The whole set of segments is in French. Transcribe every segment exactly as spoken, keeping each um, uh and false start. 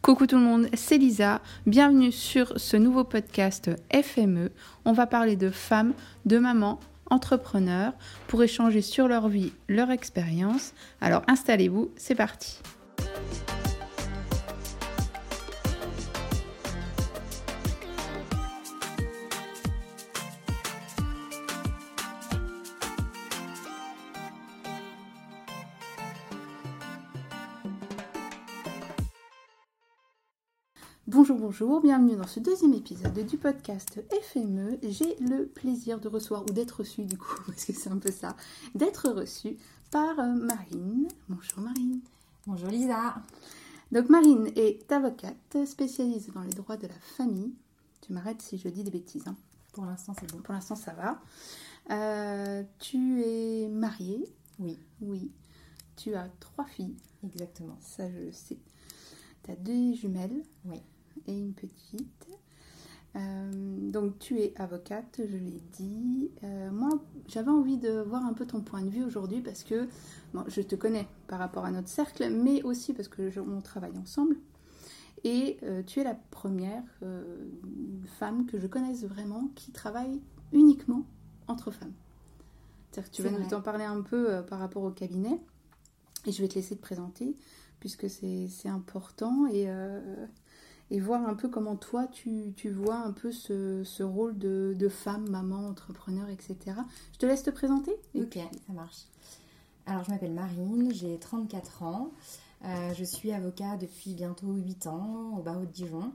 Coucou tout le monde, c'est Lisa. Bienvenue sur ce nouveau podcast F M E. On va parler de femmes, de mamans, entrepreneurs pour échanger sur leur vie, leur expérience. Alors installez-vous, c'est parti. Bonjour, bonjour, bienvenue dans ce deuxième épisode du podcast F M E. J'ai le plaisir de recevoir, ou d'être reçue du coup, parce que c'est un peu ça, d'être reçue par euh, Marine. Bonjour Marine. Bonjour Lisa. Donc Marine est avocate spécialisée dans les droits de la famille. Tu m'arrêtes si je dis des bêtises. Hein. Pour l'instant c'est bon. Pour l'instant ça va. Euh, tu es mariée. Oui. Oui. Tu as trois filles. Exactement. Ça je le sais. Tu as deux jumelles. Oui. Et une petite. Euh, donc tu es avocate, je l'ai dit. Euh, moi, j'avais envie de voir un peu ton point de vue aujourd'hui parce que bon, je te connais par rapport à notre cercle, mais aussi parce que je, on travaille ensemble. Et euh, tu es la première euh, femme que je connaisse vraiment qui travaille uniquement entre femmes. C'est-à-dire que tu c'est vas vrai. nous en parler un peu euh, par rapport au cabinet. Et je vais te laisser te présenter puisque c'est, c'est important. Et... Euh, et voir un peu comment toi, tu, tu vois un peu ce, ce rôle de, de femme, maman, entrepreneur, et cetera. Je te laisse te présenter. Et ok, puis... ça marche. Alors, je m'appelle Marine, j'ai trente-quatre ans. Euh, je suis avocate depuis bientôt huit ans au barreau de Dijon.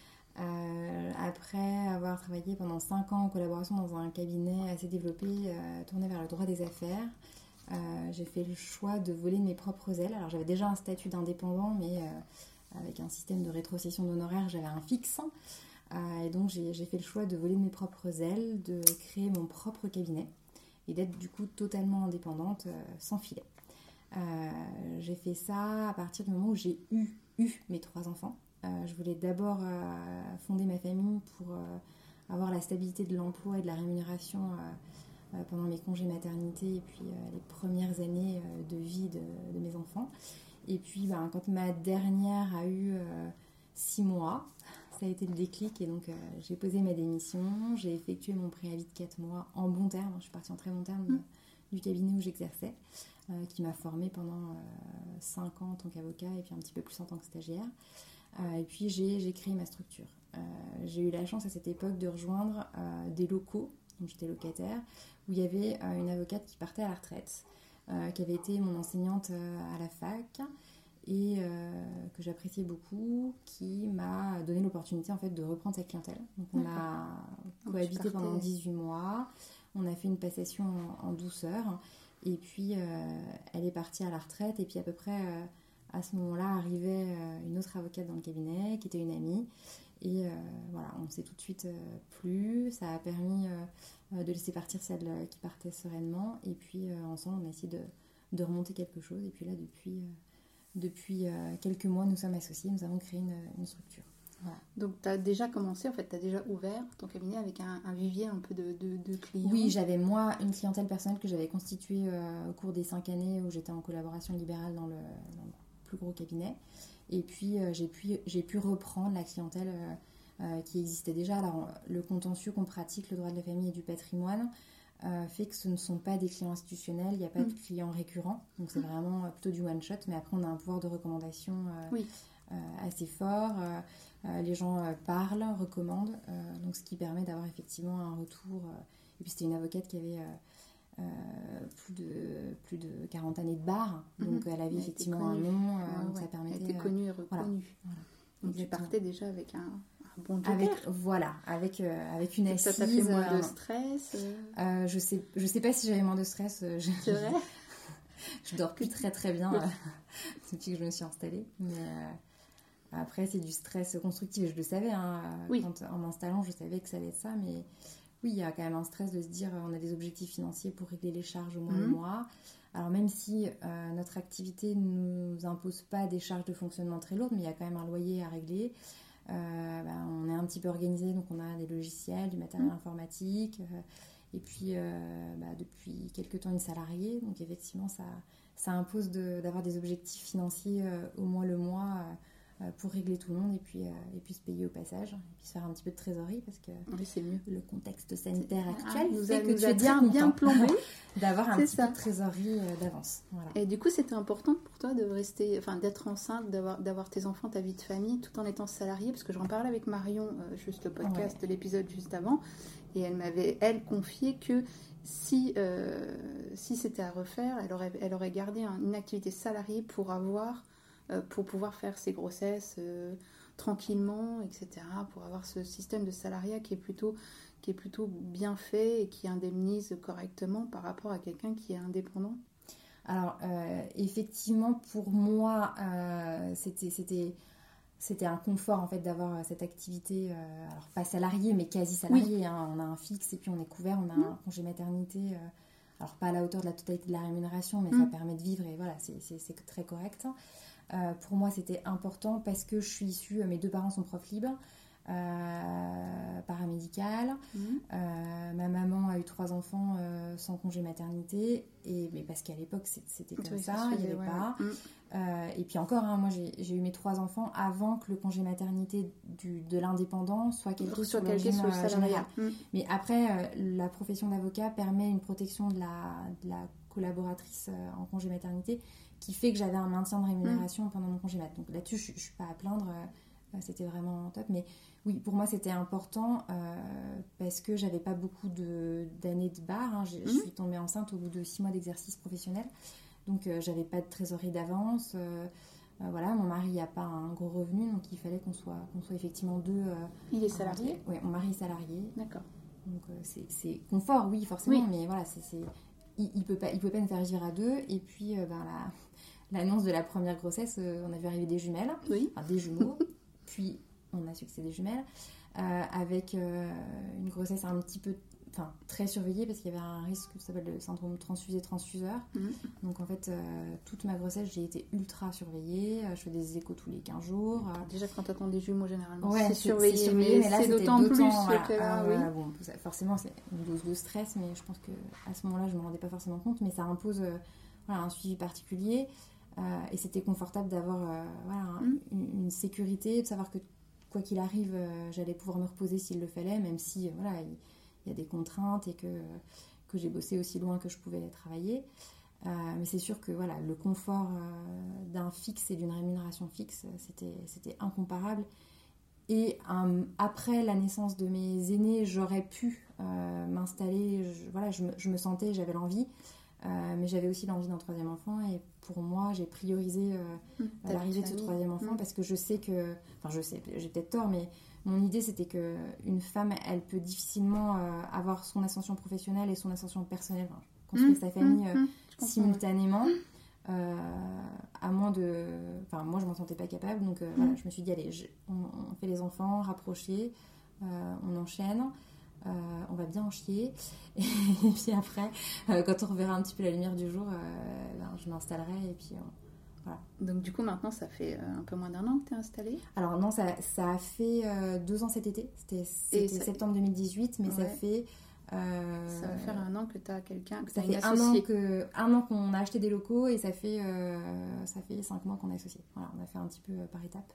Euh, après avoir travaillé pendant cinq ans en collaboration dans un cabinet assez développé, euh, tourné vers le droit des affaires, euh, j'ai fait le choix de voler de mes propres ailes. Alors, j'avais déjà un statut d'indépendant, mais... Euh, avec un système de rétrocession d'honoraires, j'avais un fixe. Euh, et donc, j'ai, j'ai fait le choix de voler de mes propres ailes, de créer mon propre cabinet et d'être du coup totalement indépendante, euh, sans filet. Euh, j'ai fait ça à partir du moment où j'ai eu, eu mes trois enfants. Euh, je voulais d'abord euh, fonder ma famille pour euh, avoir la stabilité de l'emploi et de la rémunération euh, euh, pendant mes congés maternité et puis euh, les premières années euh, de vie de, de mes enfants. Et puis, ben, quand ma dernière a eu euh, six mois, ça a été le déclic. Et donc, euh, j'ai posé ma démission. J'ai effectué mon préavis de quatre mois en bon terme. Je suis partie en très bon terme mmh. du cabinet où j'exerçais, euh, qui m'a formée pendant euh, cinq ans en tant qu'avocat et puis un petit peu plus en tant que stagiaire. Euh, et puis, j'ai, j'ai créé ma structure. Euh, j'ai eu la chance à cette époque de rejoindre euh, des locaux, donc j'étais locataire, où il y avait euh, une avocate qui partait à la retraite. Euh, qui avait été mon enseignante euh, à la fac et euh, que j'appréciais beaucoup, qui m'a donné l'opportunité en fait de reprendre sa clientèle. Donc on D'accord. a cohabité pendant dix-huit mois, on a fait une passation en, en douceur et puis euh, elle est partie à la retraite et puis à peu près euh, à ce moment-là arrivait euh, une autre avocate dans le cabinet qui était une amie et euh, voilà, on s'est tout de suite euh, plu, ça a permis... Euh, de laisser partir celle qui partait sereinement et puis euh, ensemble on a essayé de, de remonter quelque chose et puis là depuis, euh, depuis euh, quelques mois nous sommes associés, nous avons créé une, une structure. Voilà. Donc tu as déjà commencé, en fait tu as déjà ouvert ton cabinet avec un, un vivier un peu de, de, de clients. Oui, j'avais moi une clientèle personnelle que j'avais constituée euh, au cours des cinq années où j'étais en collaboration libérale dans le, dans le plus gros cabinet et puis euh, j'ai, pu, j'ai pu reprendre la clientèle euh, Euh, qui existait déjà. Alors, le contentieux qu'on pratique, le droit de la famille et du patrimoine, euh, fait que ce ne sont pas des clients institutionnels, il n'y a pas mmh. de clients récurrents, donc c'est vraiment euh, plutôt du one-shot, mais après on a un pouvoir de recommandation euh, oui. euh, assez fort, euh, euh, les gens euh, parlent, recommandent, euh, donc ce qui permet d'avoir effectivement un retour. Euh, et puis c'était une avocate qui avait euh, euh, plus, de, plus de quarante années de barre, donc mmh. elle avait elle effectivement un nom, euh, ouais, donc ouais. ça permettait... Elle était connue et reconnue. Voilà. Voilà. Donc Exactement. Tu partais déjà avec un... Bon avec voilà avec euh, avec une assise. Ça t'a fait moins de stress euh... Euh, je sais je sais pas si j'avais moins de stress. Euh, je, C'est vrai. Je dors plus très très bien euh, depuis que je me suis installée. Mais euh, après c'est du stress constructif et je le savais. Hein, oui. Quand, en m'installant, je savais que ça allait être ça. Mais oui, il y a quand même un stress de se dire on a des objectifs financiers pour régler les charges au mois mmh. le mois. Alors même si euh, notre activité ne nous impose pas des charges de fonctionnement très lourdes, mais il y a quand même un loyer à régler. Euh, bah, on est un petit peu organisé, donc on a des logiciels, du matériel mmh. informatique, euh, et puis euh, bah, depuis quelques temps une salariée, donc effectivement ça, ça impose de, d'avoir des objectifs financiers euh, au mois le mois euh, pour régler tout le monde et puis, euh, et puis se payer au passage, et puis se faire un petit peu de trésorerie parce que oui, c'est mieux. Le contexte sanitaire actuel ah, nous fait a, que nous tu a es bien, très bien plombé d'avoir un c'est petit ça. peu de trésorerie euh, d'avance. Voilà. Et du coup, c'était important pour toi de rester, enfin, d'être enceinte, d'avoir, d'avoir tes enfants, ta vie de famille, tout en étant salariée, parce que j'en parlais avec Marion, euh, juste le podcast Ouais. de l'épisode juste avant, et elle m'avait, elle, confié que si, euh, si c'était à refaire, elle aurait, elle aurait gardé un, une activité salariée pour avoir, euh, pour pouvoir faire ses grossesses euh, tranquillement, et cetera, pour avoir ce système de salariat qui est plutôt, qui est plutôt bien fait et qui indemnise correctement par rapport à quelqu'un qui est indépendant. Alors, euh, effectivement, pour moi, euh, c'était, c'était, c'était un confort en fait d'avoir cette activité, euh, alors pas salariée, mais quasi salariée. Oui. Hein. On a un fixe et puis on est couvert, on a mmh. un congé maternité, euh, alors pas à la hauteur de la totalité de la rémunération, mais mmh. ça permet de vivre et voilà, c'est, c'est, c'est très correct. Euh, pour moi, c'était important parce que je suis issue, mes deux parents sont profs libres. Euh, paramédicale. Mmh. Euh, ma maman a eu trois enfants euh, sans congé maternité, et, mais parce qu'à l'époque c'était comme oui, ça, il n'y avait ouais, pas. Ouais. Mmh. Euh, et puis encore, hein, moi j'ai, j'ai eu mes trois enfants avant que le congé maternité du, de l'indépendant soit calqué sur le régime euh, général. Mmh. Mais après, euh, la profession d'avocat permet une protection de la, de la collaboratrice euh, en congé maternité qui fait que j'avais un maintien de rémunération mmh. pendant mon congé mat. Donc là-dessus, je ne suis pas à plaindre. Euh, C'était vraiment top, mais oui, pour moi c'était important euh, parce que j'avais pas beaucoup de, d'années de barre. Hein. Je, mmh. je suis tombée enceinte au bout de six mois d'exercice professionnel, donc euh, j'avais pas de trésorerie d'avance. Euh, euh, voilà, mon mari n'a pas un gros revenu, donc il fallait qu'on soit, qu'on soit effectivement deux. Euh, il est salarié ? Oui, mon mari est salarié. D'accord. Donc euh, c'est, c'est confort, oui, forcément, oui. mais voilà, c'est, c'est, il, il peut pas, il peut pas me faire vivre à deux. Et puis, euh, ben, la, l'annonce de la première grossesse, euh, on a vu arriver des jumelles, oui. enfin, des jumeaux. Puis, on a su que c'était des jumelles, euh, avec euh, une grossesse un petit peu, enfin, très surveillée, parce qu'il y avait un risque qui s'appelle le syndrome transfusé-transfuseur. Mmh. Donc, en fait, euh, toute ma grossesse, j'ai été ultra surveillée. Je fais des échos tous les quinze jours. Déjà, quand tu attends des jumeaux, généralement, ouais, c'est, c'est surveillé, c'est surveillé, mais, mais là, c'est d'autant, d'autant plus voilà. que là, euh, oui. Voilà, bon, ça, forcément, c'est une dose de stress, mais je pense qu'à ce moment-là, je ne me rendais pas forcément compte, mais ça impose euh, voilà, un suivi particulier. Euh, et c'était confortable d'avoir euh, voilà, mmh. une, une sécurité, de savoir que quoi qu'il arrive, euh, j'allais pouvoir me reposer s'il le fallait, même si euh, voilà, il, il y a des contraintes et que, euh, que j'ai bossé aussi loin que je pouvais travailler. Euh, mais c'est sûr que voilà, le confort euh, d'un fixe et d'une rémunération fixe, c'était, c'était incomparable. Et euh, après la naissance de mes aînés, j'aurais pu euh, m'installer, je, voilà, je me, je me sentais, j'avais l'envie. Euh, mais j'avais aussi l'envie d'un troisième enfant et pour moi j'ai priorisé euh, mmh, l'arrivée de ce troisième enfant mmh. parce que je sais que, enfin je sais, j'ai peut-être tort, mais mon idée c'était qu'une femme elle peut difficilement euh, avoir son ascension professionnelle et son ascension personnelle, enfin, construire mmh, sa famille euh, mmh, simultanément euh, à moins de, enfin moi je m'en sentais pas capable, donc euh, mmh. voilà, je me suis dit allez, je, on, on fait les enfants rapprochés, euh, on enchaîne. Euh, on va bien en chier et puis après euh, quand on reverra un petit peu la lumière du jour euh, ben, je m'installerai et puis euh, voilà. Donc du coup maintenant ça fait un peu moins d'un an que tu es installée ? Alors non, ça, ça a fait euh, deux ans cet été, c'était, c'était ça... septembre deux mille dix-huit, mais ouais. ça fait euh... ça va faire un an que tu as quelqu'un, que ça tu as fait un an, que, un an qu'on a acheté des locaux et ça fait, euh, ça fait cinq mois qu'on est associé. Voilà, on a fait un petit peu par étapes.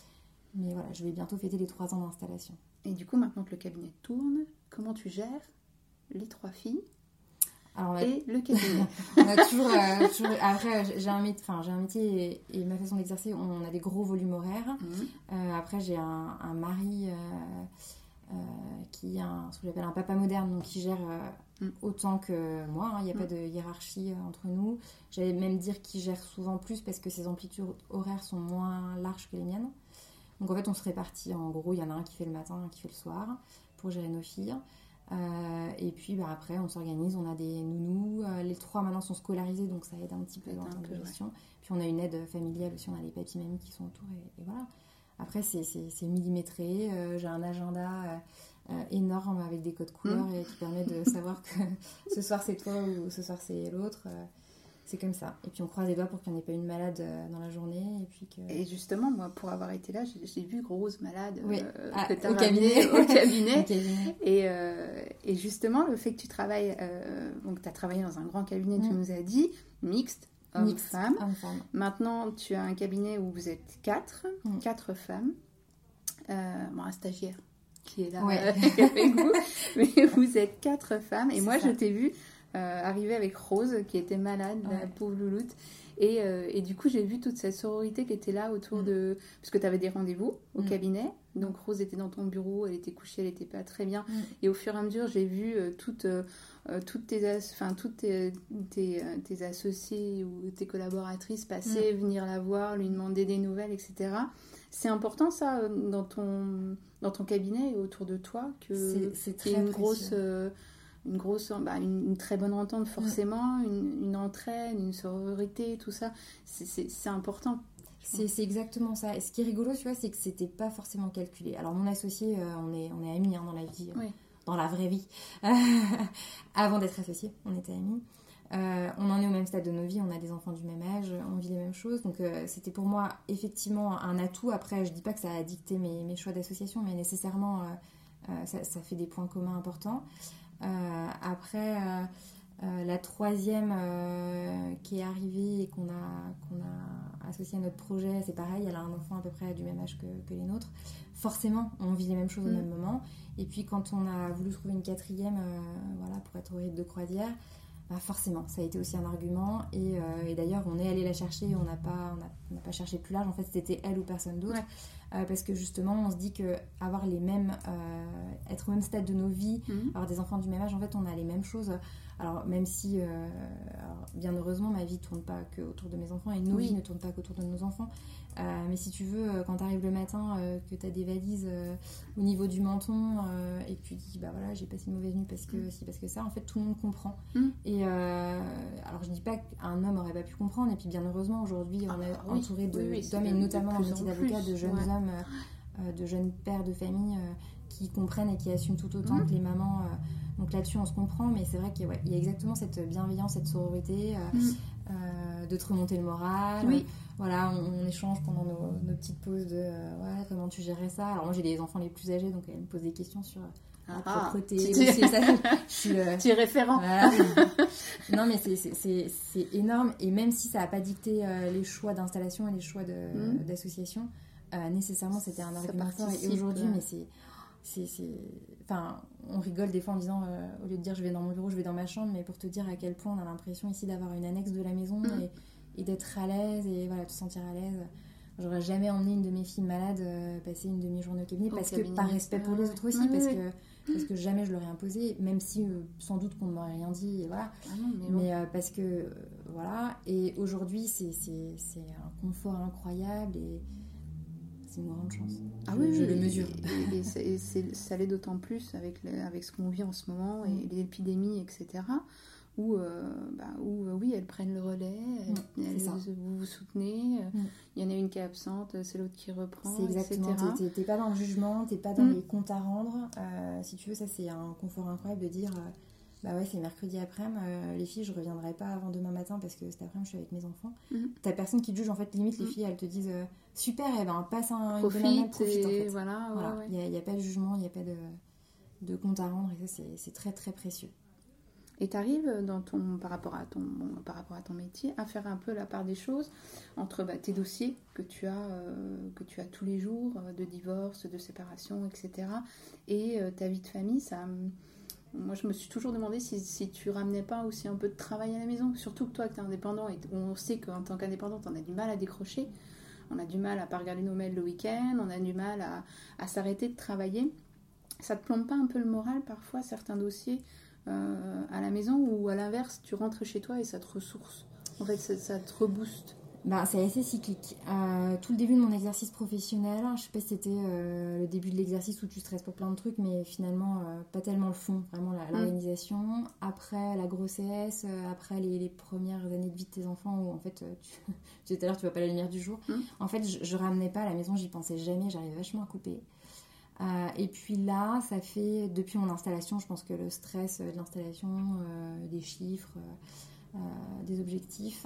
Mais voilà, je vais bientôt fêter les trois ans d'installation. Et du coup, maintenant que le cabinet tourne, comment tu gères les trois filles Alors, a... et le cabinet on a toujours, euh, toujours... Après, j'ai un, métier, enfin, j'ai un métier et, et ma façon d'exercer, on a des gros volumes horaires. Mmh. Euh, après, j'ai un, un mari euh, euh, qui est un, ce que j'appelle un papa moderne, donc qui gère euh, mmh. autant que moi. Il hein, n'y a mmh. pas de hiérarchie euh, entre nous. J'allais même dire qu'il gère souvent plus parce que ses amplitudes horaires sont moins larges que les miennes. Donc en fait, on se répartit. En gros, il y en a un qui fait le matin, un qui fait le soir pour gérer nos filles. Euh, et puis bah, après, on s'organise. On a des nounous. Euh, les trois maintenant sont scolarisés, donc ça aide un petit peu dans la gestion. Ouais. Puis on a une aide familiale aussi. On a les papis-mamies qui sont autour. Et, et voilà. Après, c'est, c'est, c'est millimétré. Euh, j'ai un agenda euh, euh, énorme avec des codes couleurs mmh. et qui permet de savoir que ce soir c'est toi ou ce soir c'est l'autre. Euh, C'est comme ça. Et puis on croise les doigts pour qu'il n'y en ait pas une malade dans la journée. Et, puis que... et justement, moi, pour avoir été là, j'ai, j'ai vu Rose malade oui. euh, ah, que tu as au cabinet. au cabinet. au cabinet. Et, euh, et justement, le fait que tu travailles, euh, donc tu as travaillé dans un grand cabinet, mmh. tu nous as dit, mixte, homme-femme. Homme-femme. Maintenant, tu as un cabinet où vous êtes quatre, Mm. quatre femmes. Euh, bon, un stagiaire qui est là Ouais. euh, avec vous, mais vous êtes quatre femmes. Et C'est moi, ça. je t'ai vu euh, arriver avec Rose, qui était malade, la Ouais. pauvre louloute. Et, euh, et du coup, j'ai vu toute cette sororité qui était là autour Mm. de... Parce que tu avais des rendez-vous au Mm. cabinet. Donc, Rose était dans ton bureau, elle était couchée, elle n'était pas très bien. Mm. Et au fur et à mesure, j'ai vu euh, toutes, euh, toutes, tes, as- enfin, toutes tes, tes, euh, tes associées ou tes collaboratrices passer, venir la voir, lui demander des nouvelles, et cetera. C'est important, ça, euh, dans ton, dans ton cabinet et autour de toi, que C'est- c'est qu'il y ait très une grosse... précieux. euh, une grosse, bah, une, une très bonne entente forcément, une, une entraide, une sororité, tout ça, c'est, c'est, c'est important. C'est, c'est exactement ça. Et ce qui est rigolo, tu vois, c'est que c'était pas forcément calculé. Alors, mon associé, euh, on, est, on est amis hein, dans la vie, euh, Oui. dans la vraie vie. Avant d'être associés, on était amis. Euh, on en est au même stade de nos vies, on a des enfants du même âge, on vit les mêmes choses. Donc, euh, c'était pour moi effectivement un atout. Après, je dis pas que ça a dicté mes, mes choix d'association, mais nécessairement, euh, euh, ça, ça fait des points communs importants. Euh, après, euh, euh, la troisième euh, qui est arrivée et qu'on a, qu'on a associée à notre projet, c'est pareil, elle a un enfant à peu près du même âge que, que les nôtres. Forcément, on vit les mêmes choses au Mm. même moment. Et puis, quand on a voulu trouver une quatrième, euh, voilà, pour être au rythme de croisière, bah forcément, ça a été aussi un argument. Et, euh, et d'ailleurs, on est allé la chercher, on n'a pas, on a, on n'a pas cherché plus large. En fait, c'était elle ou personne d'autre. Ouais. Euh, parce que justement, on se dit que avoir les mêmes, euh, être au même stade de nos vies, Mhm. avoir des enfants du même âge, en fait, on a les mêmes choses. Alors, même si, euh, alors, bien heureusement, ma vie ne tourne pas que autour de mes enfants et nos Oui. vies ne tournent pas qu'autour de nos enfants. Euh, mais si tu veux, euh, quand tu arrives le matin, euh, que tu as des valises euh, au niveau du menton euh, et que tu dis, bah voilà, j'ai passé une mauvaise nuit parce que Mm. si, parce que ça, en fait, tout le monde comprend. Mm. Et euh, alors, je dis pas qu'un homme aurait pas pu comprendre. Et puis, bien heureusement, aujourd'hui, on est Ah, oui. entouré de, Oui, oui, c'est d'hommes et de- de notamment dans plus le en métier d'avocat, plus. de jeunes Ouais. hommes. Euh, euh, de jeunes pères de famille euh, qui comprennent et qui assument tout autant Mhm. que les mamans. euh, donc là-dessus, on se comprend, mais c'est vrai qu'il y a, ouais, il y a exactement cette bienveillance, cette sororité, euh, Mhm. euh, de te remonter le moral. Oui. Euh, voilà, on, on échange pendant nos, nos petites pauses de euh, ouais, comment tu gérais ça. Alors moi, j'ai des enfants les plus âgés, donc elles me posent des questions sur la Ah, propreté. tu- le ci et ça. Je suis, euh, Tu es référent. voilà. Non, mais c'est, c'est, c'est, c'est énorme. Et même si ça n'a pas dicté euh, les choix d'installation et les choix de, Mhm. d'association, euh, nécessairement, c'était un Ça argument fort. Et participe, aujourd'hui, euh. mais c'est, c'est, c'est... Enfin, on rigole des fois en disant, euh, au lieu de dire je vais dans mon bureau, je vais dans ma chambre, mais pour te dire à quel point on a l'impression ici d'avoir une annexe de la maison Mhm. et, et d'être à l'aise et voilà, de se sentir à l'aise. J'aurais jamais emmené une de mes filles malade euh, passer une demi-journée au cabinet, Au parce cabinet. que par respect pour Ah les ouais. autres aussi, Ouais, parce, ouais. que, parce que jamais je leur ai imposé, même si euh, sans doute qu'on ne m'aurait rien dit, et voilà. Ah non, mais bon. Mais euh, parce que, euh, voilà, et aujourd'hui, c'est, c'est, c'est un confort incroyable et c'est une grande chance. Ah je, oui, je oui, le mesure. Et, et c'est- et c'est- ça l'est d'autant plus avec, le- avec ce qu'on vit en ce moment et Mm. l'épidémie, et cetera. Où, euh, bah, où euh, oui, elles prennent le relais, elles, Mm, c'est elles- ça. vous vous soutenez. euh, Mm. Il y en a une qui est absente, c'est l'autre qui reprend, C'est exactement, et cetera. t'es, t'es- t'es pas dans le jugement, t'es pas dans Mm. les comptes à rendre. Euh, si tu veux, ça c'est un confort incroyable de dire, euh, bah ouais, c'est mercredi après-midi, euh, les filles, je reviendrai pas avant demain matin parce que cet après-midi, je suis avec mes enfants. Mm. T'as personne qui te juge, en fait, limite, les Mm. filles, elles te disent, euh, super, et ben passe un, une bonne Profite, année, profite en et fait. voilà. ouais, Voilà, ouais. il n'y a, a pas de jugement, il n'y a pas de, de compte à rendre, et ça c'est, c'est très très précieux. Et tu arrives dans ton, par, rapport à ton, bon, par rapport à ton métier à faire un peu la part des choses entre bah, tes dossiers que tu, as, euh, que tu as tous les jours, euh, de divorce, de séparation, et cetera. Et euh, ta vie de famille, ça, hum, moi je me suis toujours demandé si, si tu ramenais pas aussi un peu de travail à la maison. Surtout que toi que tu es indépendant, et on sait qu'en tant qu'indépendante, on a du mal à décrocher. On a du mal à pas regarder nos mails le week-end, on a du mal à, à s'arrêter de travailler. Ça te plombe pas un peu le moral parfois, certains dossiers euh, à la maison, ou à l'inverse, tu rentres chez toi et ça te ressource. En fait, ça, ça te rebooste. Ben, c'est assez cyclique. Euh, tout le début de mon exercice professionnel, je sais pas si c'était euh, le début de l'exercice où tu stresses pour plein de trucs, mais finalement, euh, pas tellement le fond, vraiment la, l'organisation. Après la grossesse, euh, après les, les premières années de vie de tes enfants, où en fait, euh, tu, tu disais tout à l'heure, tu vois pas la lumière du jour. Mm. En fait, je, je ramenais pas à la maison, j'y pensais jamais, j'arrivais vachement à couper. Euh, et puis là, ça fait, depuis mon installation, je pense que le stress de l'installation, euh, des chiffres, euh, des objectifs,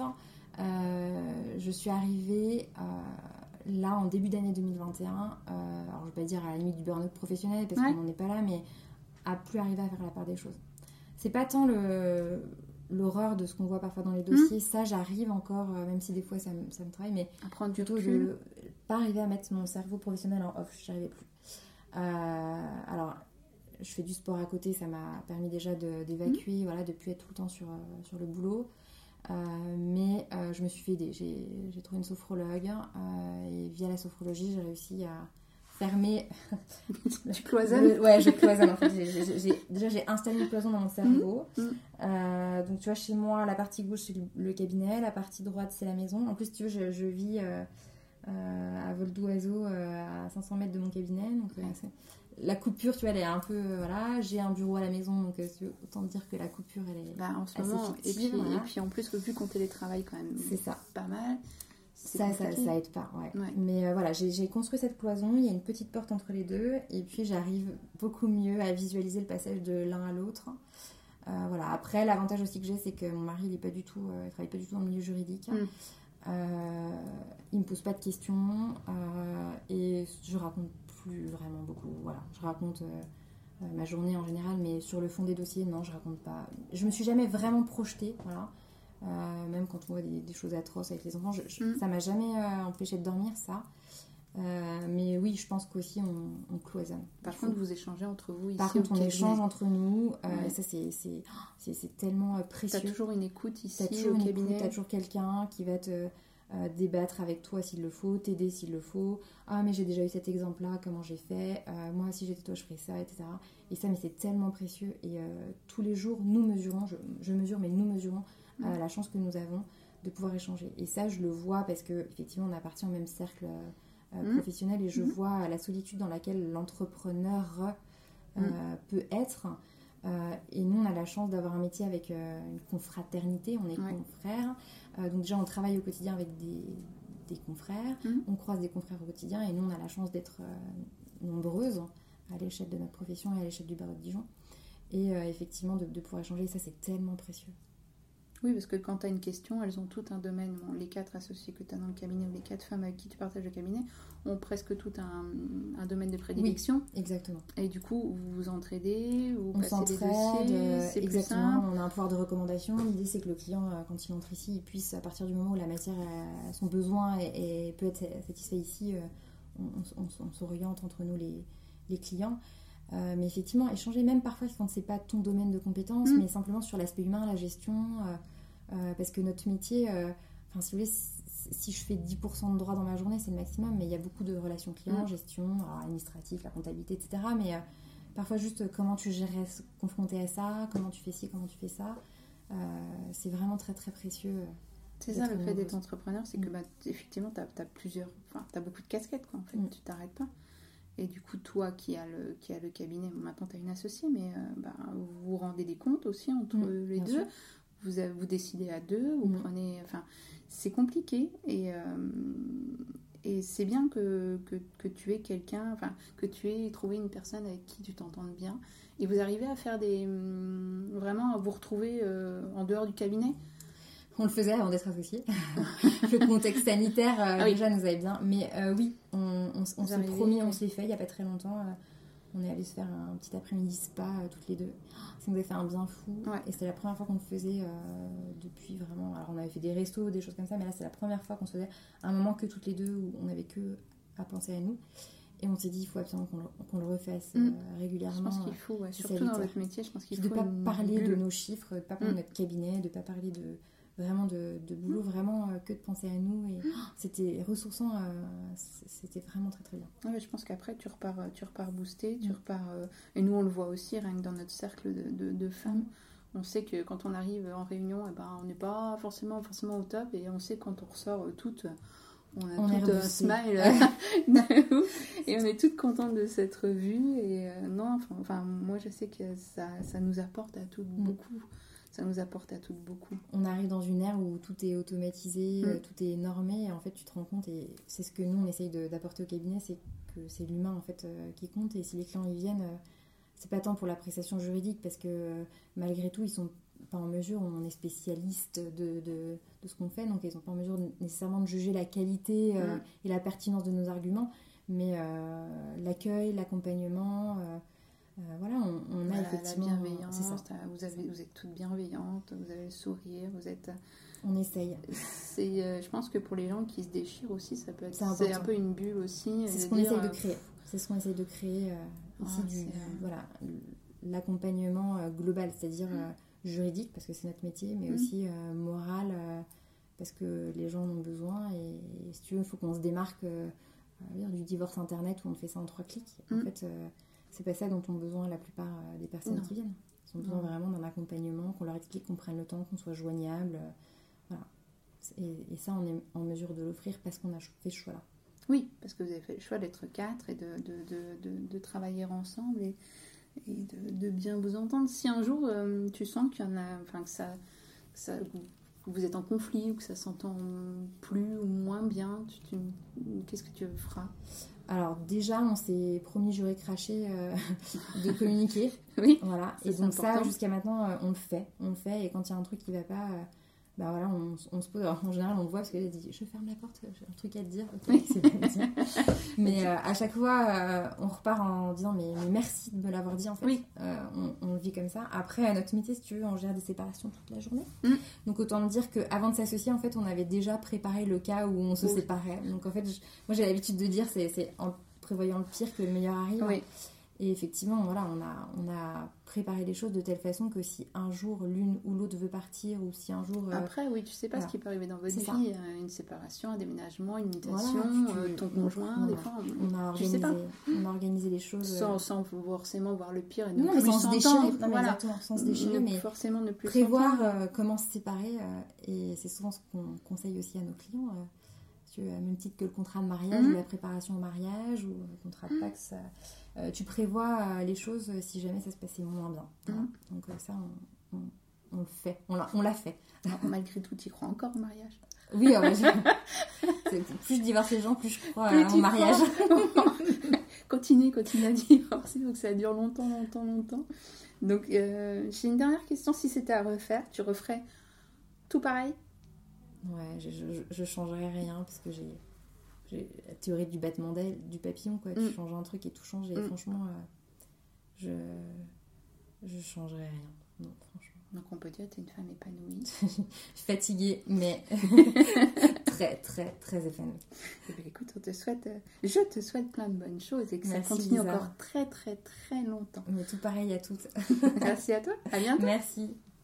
euh, je suis arrivée euh, là en début d'année deux mille vingt et un, euh, alors je vais pas dire à la limite du burn-out professionnel parce Ouais. qu'on n'en est pas là, mais à plus arriver à faire la part des choses. C'est pas tant le, l'horreur de ce qu'on voit parfois dans les dossiers, mmh. ça j'arrive encore, euh, même si des fois ça me, ça me travaille, mais à prendre plutôt je pas arriver à mettre mon cerveau professionnel en off, j'y arrivais plus. Euh, alors je fais du sport à côté, ça m'a permis déjà de, d'évacuer, mmh. voilà, de ne plus être tout le temps sur, euh, sur le boulot. Euh, mais euh, je me suis fait aider. J'ai, j'ai trouvé une sophrologue euh, et via la sophrologie, j'ai réussi à fermer. Tu cloisonnes le, Ouais, je cloisonne. En fait, j'ai, j'ai, j'ai, déjà, j'ai installé une cloison dans mon cerveau. Mmh. Euh, donc, tu vois, chez moi, la partie gauche, c'est le cabinet, la partie droite, c'est la maison. En plus, tu vois, je, je vis euh, euh, à vol d'oiseau euh, à cinq cents mètres de mon cabinet. Donc, euh, c'est... La coupure, tu vois, elle est un peu... Euh, voilà, j'ai un bureau à la maison, donc euh, autant dire que la coupure, elle est bah, en ce moment, fictive, et, puis, voilà. Et puis en plus, vu qu'on télétravaille quand même, c'est ça. Pas mal. Ça, ça, ça aide pas, ouais. ouais. Mais euh, voilà, j'ai, j'ai construit cette cloison, il y a une petite porte entre les deux, et puis j'arrive beaucoup mieux à visualiser le passage de l'un à l'autre. Euh, voilà. Après, l'avantage aussi que j'ai, c'est que mon mari, il est pas du tout, euh, il travaille pas du tout dans le milieu juridique. Mm. Euh, il me pose pas de questions, euh, et je raconte plus vraiment beaucoup. Voilà, je raconte euh, euh, ma journée en général, mais sur le fond des dossiers, non, je raconte pas. Je me suis jamais vraiment projetée, voilà. Euh, même quand on voit des, des choses atroces avec les enfants, je, je, mm. ça m'a jamais euh, empêché de dormir, ça. Euh, mais oui, je pense qu'aussi on, on cloisonne. Par contre, vous échangez entre vous ici. Par contre, on échange entre nous. Euh, ouais. Ça, c'est, c'est, c'est, c'est tellement précieux. T'as toujours une écoute ici t'as toujours au une cabinet. Écoute, t'as toujours quelqu'un qui va te euh, débattre avec toi s'il le faut, t'aider s'il le faut. Ah, mais j'ai déjà eu cet exemple-là, comment j'ai fait. Euh, moi, si j'étais toi, je ferais ça, et cetera. Et ça, mais c'est tellement précieux. Et euh, tous les jours, nous mesurons, je, je mesure, mais nous mesurons mmh. euh, la chance que nous avons de pouvoir échanger. Et ça, je le vois parce qu'effectivement, on appartient au même cercle euh, mmh. professionnel et je mmh. vois la solitude dans laquelle l'entrepreneur euh, mmh. peut être. Euh, et nous, on a la chance d'avoir un métier avec euh, une confraternité, on est ouais. confrères. Euh, donc déjà, on travaille au quotidien avec des, des confrères, mmh. on croise des confrères au quotidien et nous, on a la chance d'être euh, nombreuses à l'échelle de notre profession et à l'échelle du barreau de Dijon. Et euh, effectivement, de, de pouvoir échanger, ça, c'est tellement précieux. Oui, parce que quand tu as une question, elles ont tout un domaine. Bon, les quatre associés que tu as dans le cabinet ou les quatre femmes avec qui tu partages le cabinet ont presque tout un, un domaine de prédilection. Oui, exactement. Et du coup, vous vous entraidez, vous on passez s'entraide, des dossiers, euh, c'est exactement. On a un pouvoir de recommandation. L'idée, c'est que le client, quand il entre ici, il puisse, à partir du moment où la matière a son besoin et, et peut être satisfait ici, on, on, on, on s'oriente entre nous, les, les clients. Euh, mais effectivement, échanger même parfois quand c'est pas ton domaine de compétence, mmh. mais simplement sur l'aspect humain, la gestion, euh, euh, parce que notre métier, euh, enfin si vous voulez, si, si je fais dix pour cent de droit dans ma journée, c'est le maximum, mais il y a beaucoup de relations clients, mmh. gestion, alors, administratif, la comptabilité, et cetera. Mais euh, parfois juste euh, comment tu gères confronté à ça, comment tu fais ci, comment tu fais ça, euh, c'est vraiment très très précieux. C'est ça le fait d'être entrepreneur, c'est mmh. que bah, effectivement tu as plusieurs, enfin tu as beaucoup de casquettes quoi, en fait, mmh. tu t'arrêtes pas. Et du coup, toi qui as le, qui a le cabinet, bon, maintenant tu as une associée, mais euh, bah, vous rendez des comptes aussi entre mmh, les deux. Vous, avez, vous décidez à deux, vous mmh. prenez. Enfin, c'est compliqué et, euh, et c'est bien que, que, que tu aies quelqu'un, enfin, que tu aies trouvé une personne avec qui tu t'entendes bien. Et vous arrivez à faire des. Vraiment à vous retrouver euh, en dehors du cabinet. On le faisait avant d'être associés. Le contexte sanitaire, euh, ah oui. déjà, nous avait bien. Mais euh, oui, on, on, on s'est promis, on s'est fait il n'y a pas très longtemps. Euh, on est allé se faire un petit après-midi spa euh, toutes les deux. Ça nous a fait un bien fou. Ouais. Et c'était la première fois qu'on le faisait euh, depuis vraiment... Alors, on avait fait des restos, des choses comme ça, mais là, c'est la première fois qu'on se faisait un moment que toutes les deux où on n'avait que à penser à nous. Et on s'est dit, il faut absolument qu'on le, qu'on le refasse euh, mmh. régulièrement. Je pense qu'il faut, ouais. Surtout dans votre métier, je pense qu'il faut. De ne pas parler bulle. de nos chiffres, de ne pas parler mmh. de notre cabinet, de ne pas parler de... vraiment de, de boulot, mmh. vraiment euh, que de penser à nous et mmh. c'était ressourçant, euh, c'était vraiment très très bien. Ouais, je pense qu'après tu repars, tu repars boosté, tu mmh. repars, euh, et nous on le voit aussi, rien que dans notre cercle de, de, de femmes, mmh. on sait que quand on arrive en réunion, eh ben, on n'est pas forcément, forcément au top et on sait quand on ressort euh, toutes, on a on toutes un smile et on est toutes contentes de s'être vues et euh, non, enfin moi je sais que ça, ça nous apporte à toutes mmh. beaucoup. Ça nous apporte à toutes beaucoup. On arrive dans une ère où tout est automatisé, mmh. tout est normé, et en fait, tu te rends compte, et c'est ce que nous, on essaye de, d'apporter au cabinet, c'est que c'est l'humain, en fait, euh, qui compte, et si les clients y viennent, euh, c'est pas tant pour la prestation juridique, parce que, euh, malgré tout, ils sont pas en mesure, on est spécialiste de, de, de ce qu'on fait, donc ils sont pas en mesure nécessairement de juger la qualité euh, mmh. et la pertinence de nos arguments, mais euh, l'accueil, l'accompagnement... Euh, Euh, voilà, on, on a voilà, effectivement... la bienveillance, c'est ça. vous, avez, vous êtes toutes bienveillantes, vous avez le sourire, vous êtes... On essaye. C'est, euh, je pense que pour les gens qui se déchirent aussi, ça peut être... C'est, c'est un peu une bulle aussi. C'est de ce qu'on dire, essaye de euh, créer. C'est ce qu'on essaye de créer euh, ici, ah, du, c'est, du- euh, voilà, l'accompagnement euh, global, c'est-à-dire euh, juridique, parce que c'est notre métier, mais Mm. aussi euh, moral, euh, parce que les gens en ont besoin. Et, et si tu veux, il faut qu'on se démarque euh, euh, dire, du divorce internet où on fait ça en trois clics. En Mm. fait, euh, c'est pas ça dont ont besoin la plupart euh, des personnes Non. qui viennent. Ils ont besoin Non. vraiment d'un accompagnement, qu'on leur explique, qu'on prenne le temps, qu'on soit joignable. euh, voilà. Et, et ça, on est en mesure de l'offrir parce qu'on a fait ce choix-là. Oui, parce que vous avez fait le choix d'être quatre et de, de, de, de, de travailler ensemble et, et de, de bien vous entendre. Si un jour euh, tu sens qu'il y en a, enfin que ça, que ça que vous êtes en conflit ou que ça s'entend plus ou moins bien, tu, tu, qu'est-ce que tu feras? Alors déjà, on s'est promis juré craché euh, de communiquer. Oui. Voilà. Ça, Et c'est donc ça, important. jusqu'à maintenant, euh, on le fait. On le fait et quand il y a un truc qui va pas, euh, bah voilà, on, on se pose. Alors, en général, on le voit parce qu'elle a dit, je ferme la porte, j'ai un truc à te dire. Ok, c'est bien de dire. Mais euh, à chaque fois, euh, on repart en disant, mais, mais merci de me l'avoir dit en fait. Oui. Euh, on, on le vit comme ça. Après, à notre métier, si tu veux, on gère des séparations toute la journée. Mm. Donc autant te dire qu'avant de s'associer, en fait, on avait déjà préparé le cas où on se Oui. séparait. Donc en fait, je- moi j'ai l'habitude de dire, c'est, c'est en prévoyant le pire que le meilleur arrive. Oui. Et effectivement, voilà, on a, on a préparé les choses de telle façon que si un jour l'une ou l'autre veut partir, ou si un jour... euh, Après, oui, tu sais pas voilà. ce qui peut arriver dans votre C'est vie, ça. euh, une séparation, un déménagement, une mutation, voilà, tu- euh, ton on- conjoint, on, des a- fois, on a tu sais organisé, pas. on a organisé les choses... euh, sans, sans forcément voir le pire et ne non, mais plus sans se déchirer. s'entendre. Non, mais Voilà. exactement, sans se déchirer, Ne- mais forcément ne plus prévoir s'entendre. euh, comment se séparer. euh, et c'est souvent ce qu'on conseille aussi à nos clients. euh, tu vois, à même titre que le contrat de mariage, Mhm. ou la préparation au mariage, ou le contrat de Pacs, euh, euh, tu prévois euh, les choses euh, si jamais ça se passait moins bien. Voilà. Mhm. Donc euh, ça, on, on- on le fait. On l'a, on l'a fait. Non, malgré tout, tu y crois encore au mariage. Oui, euh, ouais, je- c'est- plus je divorce les gens, plus je crois Plus à tu mon mariage. crois. Continue, continue à divorcer, donc ça dure longtemps, longtemps, longtemps. Donc, euh, j'ai une dernière question. Si c'était à refaire, tu referais tout pareil? Ouais, je, je, je changerais rien parce que j'ai, j'ai la théorie du battement d'aile, du papillon, quoi. Tu Mm. changes un truc et tout change. Et Mm. franchement, euh, je, je changerais rien. Non, franchement. Donc, on peut dire que tu es une femme épanouie. Je suis fatiguée, mais très, très, très épanouie. Eh bien, écoute, on te souhaite, euh, je te souhaite plein de bonnes choses et que Merci, ça continue Lisa. encore très, très, très longtemps. Mais tout pareil à toutes. Merci à toi. À bientôt. Merci.